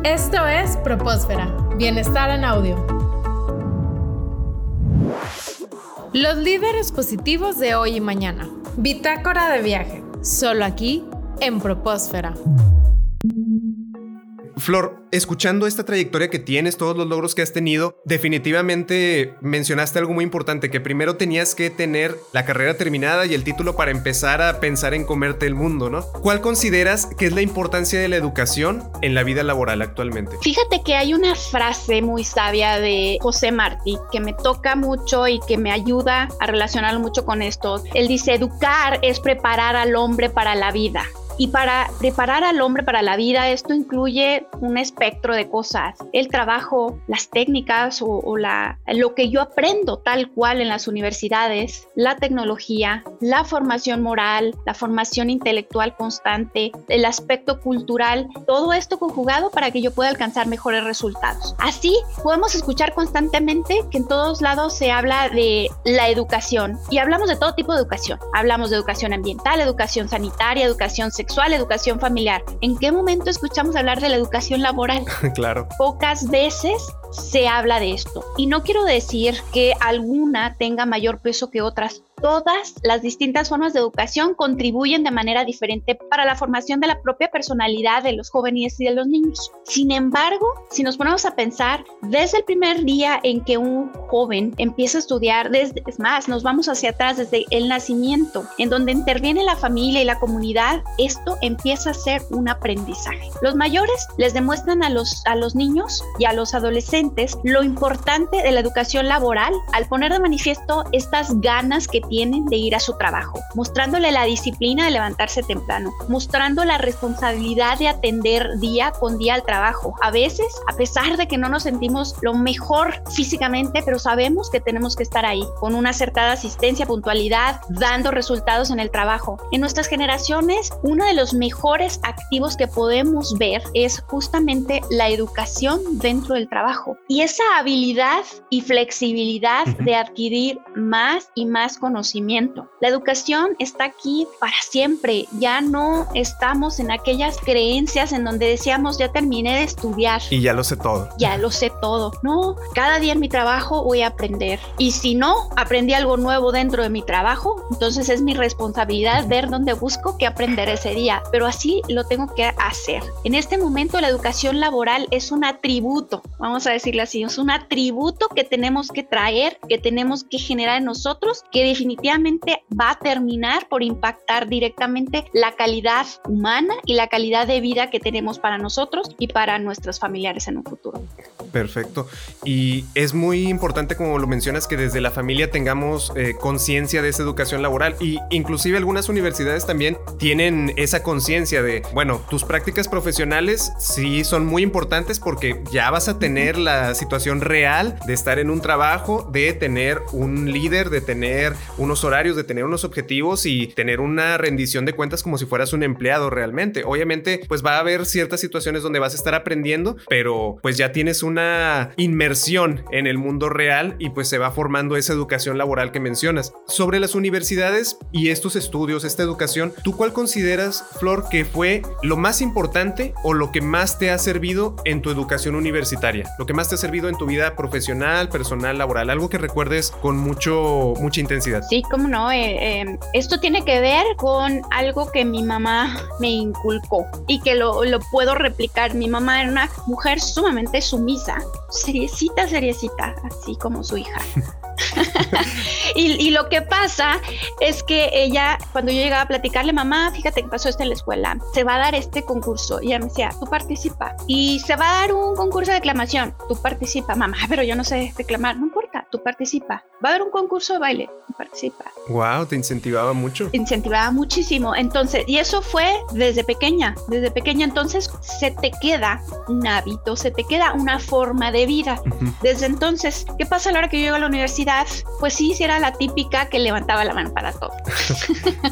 Esto es Propósfera, Bienestar en Audio. Los líderes positivos de hoy y mañana. Bitácora de viaje, solo aquí en Propósfera. Flor, escuchando esta trayectoria que tienes, todos los logros que has tenido, definitivamente mencionaste algo muy importante, que primero tenías que tener la carrera terminada y el título para empezar a pensar en comerte el mundo, ¿no? ¿Cuál consideras que es la importancia de la educación en la vida laboral actualmente? Fíjate que hay una frase muy sabia de José Martí que me toca mucho y que me ayuda a relacionarlo mucho con esto. Él dice, educar es preparar al hombre para la vida. Y para preparar al hombre para la vida, esto incluye un espectro de cosas. El trabajo, las técnicas lo que yo aprendo tal cual en las universidades, la tecnología, la formación moral, la formación intelectual constante, el aspecto cultural, todo esto conjugado para que yo pueda alcanzar mejores resultados. Así podemos escuchar constantemente que en todos lados se habla de la educación y hablamos de todo tipo de educación. Hablamos de educación ambiental, educación sanitaria, educación sexual, educación familiar. ¿En qué momento escuchamos hablar de la educación laboral? Claro. Pocas veces se habla de esto. Y no quiero decir que alguna tenga mayor peso que otras. Todas las distintas formas de educación contribuyen de manera diferente para la formación de la propia personalidad de los jóvenes y de los niños. Sin embargo, si nos ponemos a pensar, desde el primer día en que un joven empieza a estudiar, es más, nos vamos hacia atrás desde el nacimiento, en donde interviene la familia y la comunidad, esto empieza a ser un aprendizaje. Los mayores les demuestran a los niños y a los adolescentes lo importante de la educación laboral al poner de manifiesto estas ganas que tienen de ir a su trabajo, mostrándole la disciplina de levantarse temprano, mostrando la responsabilidad de atender día con día al trabajo. A veces, a pesar de que no nos sentimos lo mejor físicamente, pero sabemos que tenemos que estar ahí, con una acertada asistencia, puntualidad, dando resultados en el trabajo. En nuestras generaciones, uno de los mejores activos que podemos ver es justamente la educación dentro del trabajo y esa habilidad y flexibilidad de adquirir más y más conocimiento. La educación está aquí para siempre. Ya no estamos en aquellas creencias en donde decíamos ya terminé de estudiar. Y ya lo sé todo. Ya lo sé todo. No, cada día en mi trabajo voy a aprender. Y si no aprendí algo nuevo dentro de mi trabajo, entonces es mi responsabilidad ver dónde busco qué aprender ese día. Pero así lo tengo que hacer. En este momento la educación laboral es un atributo, vamos a decirlo así, es un atributo que tenemos que traer, que tenemos que generar en nosotros, que definitivamente va a terminar por impactar directamente la calidad humana y la calidad de vida que tenemos para nosotros y para nuestros familiares en un futuro. Perfecto. Y es muy importante, como lo mencionas, que desde la familia tengamos conciencia de esa educación laboral, y inclusive algunas universidades también tienen esa conciencia de, bueno, tus prácticas profesionales sí son muy importantes porque ya vas a tener la situación real de estar en un trabajo, de tener un líder, de tener unos horarios, de tener unos objetivos y tener una rendición de cuentas como si fueras un empleado realmente. Obviamente, pues va a haber ciertas situaciones donde vas a estar aprendiendo, pero pues ya tienes una inmersión en el mundo real y pues se va formando esa educación laboral que mencionas. Sobre las universidades y estos estudios, esta educación, ¿tú cuál consideras, Flor, que fue lo más importante o lo que más te ha servido en tu educación universitaria? Lo que más te ha servido en tu vida profesional, personal, laboral, algo que recuerdes con mucha intensidad. Sí, cómo no. Esto tiene que ver con algo que mi mamá me inculcó y que lo puedo replicar. Mi mamá era una mujer sumamente sumisa, seriecita, así como su hija. y lo que pasa es que ella, cuando yo llegaba a platicarle, mamá, fíjate que pasó esto en la escuela, se va a dar este concurso, y ella me decía, tú participa, y se va a dar un concurso de declamación, tú participa, mamá, pero yo no sé declamar, no importa, tú participa, va a haber un concurso de baile, tú participa. Wow, te incentivaba mucho. Incentivaba muchísimo. Entonces, y eso fue desde pequeña, entonces se te queda un hábito, se te queda una forma de vida. Desde entonces, ¿qué pasa a la hora que yo llego a la universidad? Pues sí era la típica que levantaba la mano para todo.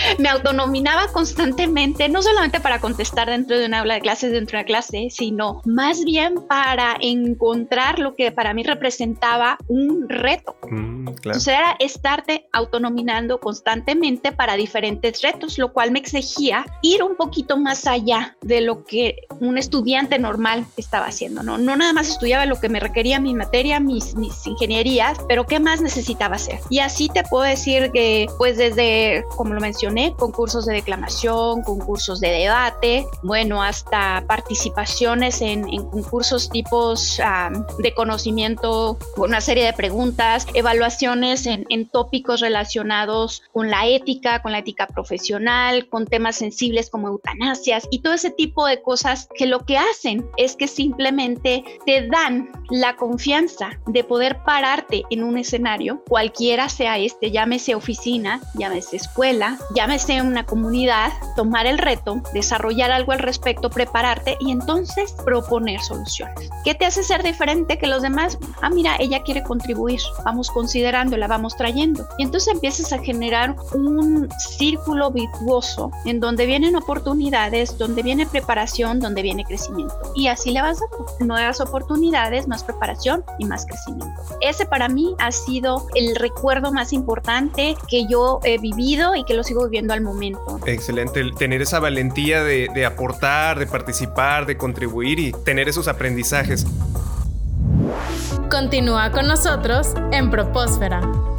me autonominaba constantemente, no solamente para contestar dentro de una aula de clases, dentro de una clase, sino más bien para encontrar lo que para mí representaba un reto. Claro. Entonces era estarte autonominando constantemente para diferentes retos, lo cual me exigía ir un poquito más allá de lo que un estudiante normal estaba haciendo. No nada más estudiaba lo que me requería mi materia, mis ingenierías, pero qué más necesitaba hacer. Y así te puedo decir que pues desde, como lo mencioné, concursos de declamación, concursos de debate, bueno, hasta participaciones en concursos tipos de conocimiento, una serie de preguntas, evaluaciones en tópicos relacionados con la ética profesional, con temas sensibles como eutanasias y todo ese tipo de cosas que lo que hacen es que simplemente te dan la confianza de poder pararte en un escenario, cualquiera sea llámese oficina, llámese escuela, llámese una comunidad, tomar el reto, desarrollar algo al respecto, prepararte y entonces proponer soluciones. ¿Qué te hace ser diferente que los demás? Mira, ella quiere contribuir, vamos considerándola, vamos trayendo. Y entonces empiezas a generar un círculo virtuoso en donde vienen oportunidades, donde viene preparación, donde viene crecimiento. Y así le vas dando nuevas oportunidades, más preparación y más crecimiento. Ese para mí ha sido el recuerdo más importante que yo he vivido y que lo sigo viviendo al momento. Excelente, tener esa valentía de aportar, de participar, de contribuir y tener esos aprendizajes. Continúa con nosotros en Propósfera.